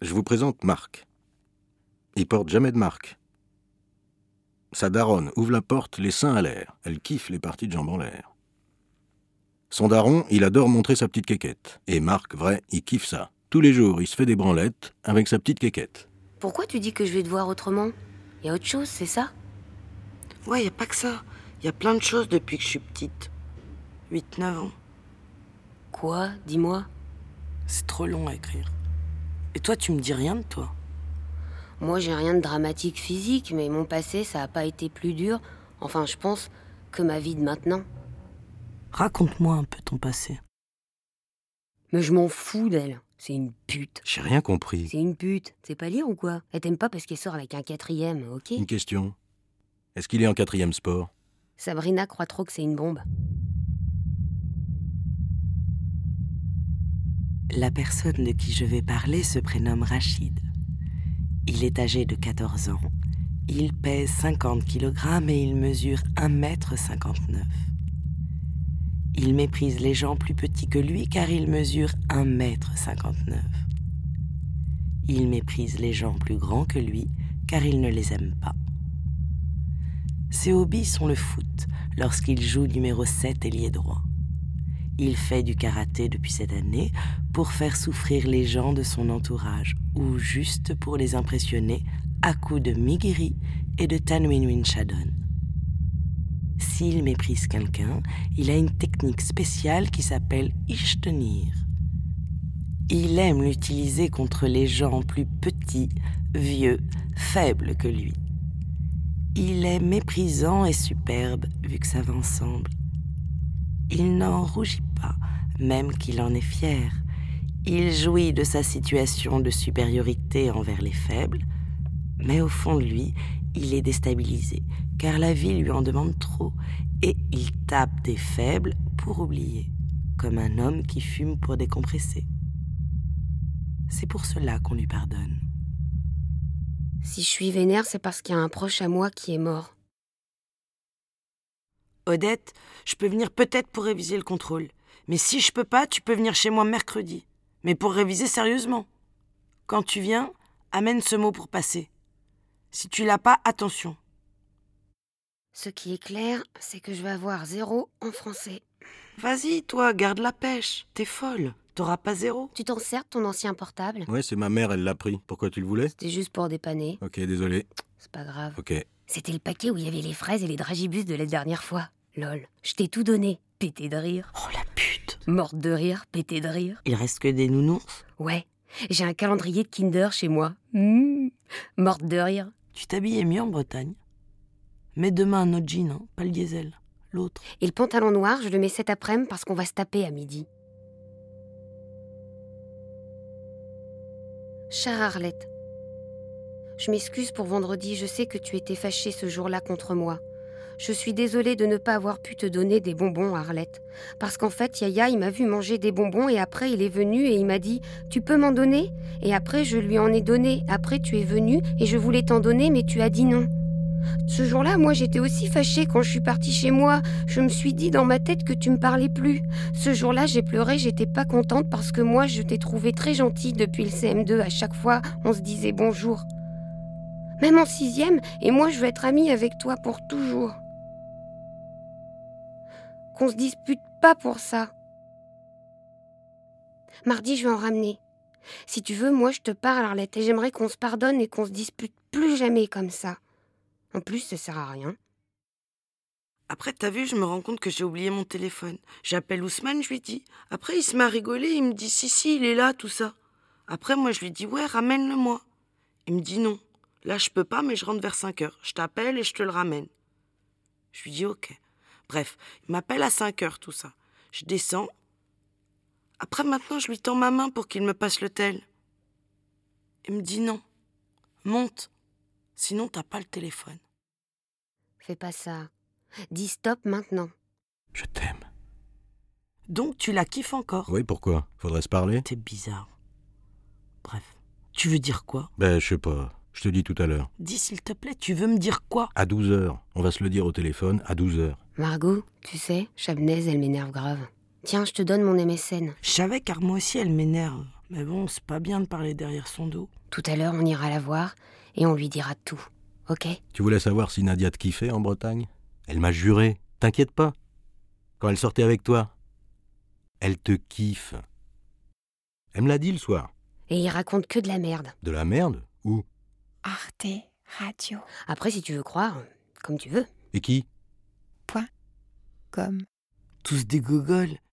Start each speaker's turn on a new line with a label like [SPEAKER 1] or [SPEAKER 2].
[SPEAKER 1] Je vous présente Marc. Il porte jamais de marque. Sa daronne ouvre la porte, les seins à l'air. Elle kiffe les parties de jambes en l'air. Son daron, il adore montrer sa petite quéquette. Et Marc, vrai, il kiffe ça. Tous les jours, il se fait des branlettes avec sa petite quéquette.
[SPEAKER 2] Pourquoi tu dis que je vais te voir autrement? Y a autre chose, c'est ça?
[SPEAKER 3] Ouais, y a pas que ça. Y a plein de choses depuis que je suis petite. 8-9 ans.
[SPEAKER 2] Quoi? Dis-moi.
[SPEAKER 3] C'est trop long à écrire. Et toi, tu me dis rien de toi?
[SPEAKER 2] Moi, j'ai rien de dramatique physique, mais mon passé, ça a pas été plus dur, enfin, je pense, que ma vie de maintenant.
[SPEAKER 3] Raconte-moi un peu ton passé.
[SPEAKER 2] Mais je m'en fous d'elle. C'est une pute.
[SPEAKER 1] J'ai rien compris.
[SPEAKER 2] C'est une pute. C'est pas lire ou quoi? Elle t'aime pas parce qu'elle sort avec un 4e, ok?
[SPEAKER 1] Une question. Est-ce qu'il est en 4e sport?
[SPEAKER 2] Sabrina croit trop que c'est une bombe.
[SPEAKER 3] La personne de qui je vais parler se prénomme Rachid. Il est âgé de 14 ans. Il pèse 50 kg et il mesure 1,59 m. Il méprise les gens plus petits que lui car il mesure 1,59 m. Il méprise les gens plus grands que lui car il ne les aime pas. Ses hobbies sont le foot lorsqu'il joue numéro 7 ailier droit. Il fait du karaté depuis cette année pour faire souffrir les gens de son entourage ou juste pour les impressionner à coups de migiri et de Tanwin Chadon. S'il méprise quelqu'un, il a une technique spéciale qui s'appelle ishtenir. Il aime l'utiliser contre les gens plus petits, vieux, faibles que lui. Il est méprisant et superbe vu que ça va ensemble. Il n'en rougit pas, même qu'il en est fier. Il jouit de sa situation de supériorité envers les faibles, mais au fond de lui, il est déstabilisé, car la vie lui en demande trop, et il tape des faibles pour oublier, comme un homme qui fume pour décompresser. C'est pour cela qu'on lui pardonne.
[SPEAKER 2] Si je suis vénère, c'est parce qu'il y a un proche à moi qui est mort.
[SPEAKER 3] Odette, je peux venir peut-être pour réviser le contrôle. Mais si je peux pas, tu peux venir chez moi mercredi. Mais pour réviser sérieusement. Quand tu viens, amène ce mot pour passer. Si tu l'as pas, attention.
[SPEAKER 2] Ce qui est clair, c'est que je vais avoir 0 en français.
[SPEAKER 3] Vas-y, toi, garde la pêche. T'es folle. T'auras pas 0.
[SPEAKER 2] Tu t'en sers de ton ancien portable?
[SPEAKER 1] Ouais, c'est ma mère, elle l'a pris. Pourquoi tu le voulais?
[SPEAKER 2] C'était juste pour dépanner.
[SPEAKER 1] Ok, désolé.
[SPEAKER 2] C'est pas grave.
[SPEAKER 1] Ok.
[SPEAKER 2] C'était le paquet où il y avait les fraises et les dragibus de la dernière fois. Lol. Je t'ai tout donné. Pété de rire.
[SPEAKER 3] Oh la pute.
[SPEAKER 2] Morte de rire, pété de rire.
[SPEAKER 3] Il reste que des nounours.
[SPEAKER 2] Ouais. J'ai un calendrier de Kinder chez moi. Morte de rire.
[SPEAKER 3] Tu t'habillais mieux en Bretagne. Mets demain un autre jean, hein, pas le diesel. L'autre.
[SPEAKER 2] Et le pantalon noir, je le mets cet après-midi parce qu'on va se taper à midi. Chère Arlette, je m'excuse pour vendredi, je sais que tu étais fâchée ce jour-là contre moi. Je suis désolée de ne pas avoir pu te donner des bonbons, Arlette. Parce qu'en fait, Yaya, il m'a vu manger des bonbons et après, il est venu et il m'a dit « Tu peux m'en donner ?» Et après, je lui en ai donné. Après, tu es venu et je voulais t'en donner, mais tu as dit non. Ce jour-là, moi, j'étais aussi fâchée quand je suis partie chez moi. Je me suis dit dans ma tête que tu me parlais plus. Ce jour-là, j'ai pleuré, j'étais pas contente parce que moi, je t'ai trouvée très gentille depuis le CM2. À chaque fois, on se disait bonjour. Même en 6e, et moi, je veux être amie avec toi pour toujours. Qu'on se dispute pas pour ça. Mardi, je vais en ramener. Si tu veux, moi, je te parle, Arlette, et j'aimerais qu'on se pardonne et qu'on se dispute plus jamais comme ça. En plus, ça sert à rien.
[SPEAKER 3] Après, t'as vu, je me rends compte que j'ai oublié mon téléphone. J'appelle Ousmane, je lui dis. Après, il se met à rigoler, il me dit si, il est là, tout ça. Après, moi, je lui dis ouais, ramène-le-moi. Il me dit non. Là, je peux pas, mais je rentre vers 5h. Je t'appelle et je te le ramène. Je lui dis ok. Bref, il m'appelle à 5h, tout ça. Je descends. Après, maintenant, je lui tends ma main pour qu'il me passe le tel. Il me dit non. Monte. Sinon, t'as pas le téléphone.
[SPEAKER 2] Fais pas ça. Dis stop maintenant.
[SPEAKER 1] Je t'aime.
[SPEAKER 3] Donc, tu la kiffes encore?
[SPEAKER 1] Oui, pourquoi? Faudrait se parler?
[SPEAKER 3] T'es bizarre. Bref. Tu veux dire quoi?
[SPEAKER 1] Ben, je sais pas. Je te dis tout à l'heure.
[SPEAKER 3] Dis s'il te plaît, tu veux me dire quoi?
[SPEAKER 1] À 12h. On va se le dire au téléphone à 12h.
[SPEAKER 2] Margot, tu sais, Chabnaise, elle m'énerve grave. Tiens, je te donne mon MSN.
[SPEAKER 3] Je savais car moi aussi elle m'énerve. Mais bon, c'est pas bien de parler derrière son dos.
[SPEAKER 2] Tout à l'heure, on ira la voir et on lui dira tout, ok?
[SPEAKER 1] Tu voulais savoir si Nadia te kiffait en Bretagne? Elle m'a juré, t'inquiète pas. Quand elle sortait avec toi, elle te kiffe. Elle me l'a dit le soir.
[SPEAKER 2] Et il raconte que de la merde.
[SPEAKER 1] De la merde? Où?
[SPEAKER 4] Arte Radio.
[SPEAKER 2] Après, si tu veux croire, comme tu veux.
[SPEAKER 1] Et qui?
[SPEAKER 4] Comme.
[SPEAKER 3] Tous des gogoles.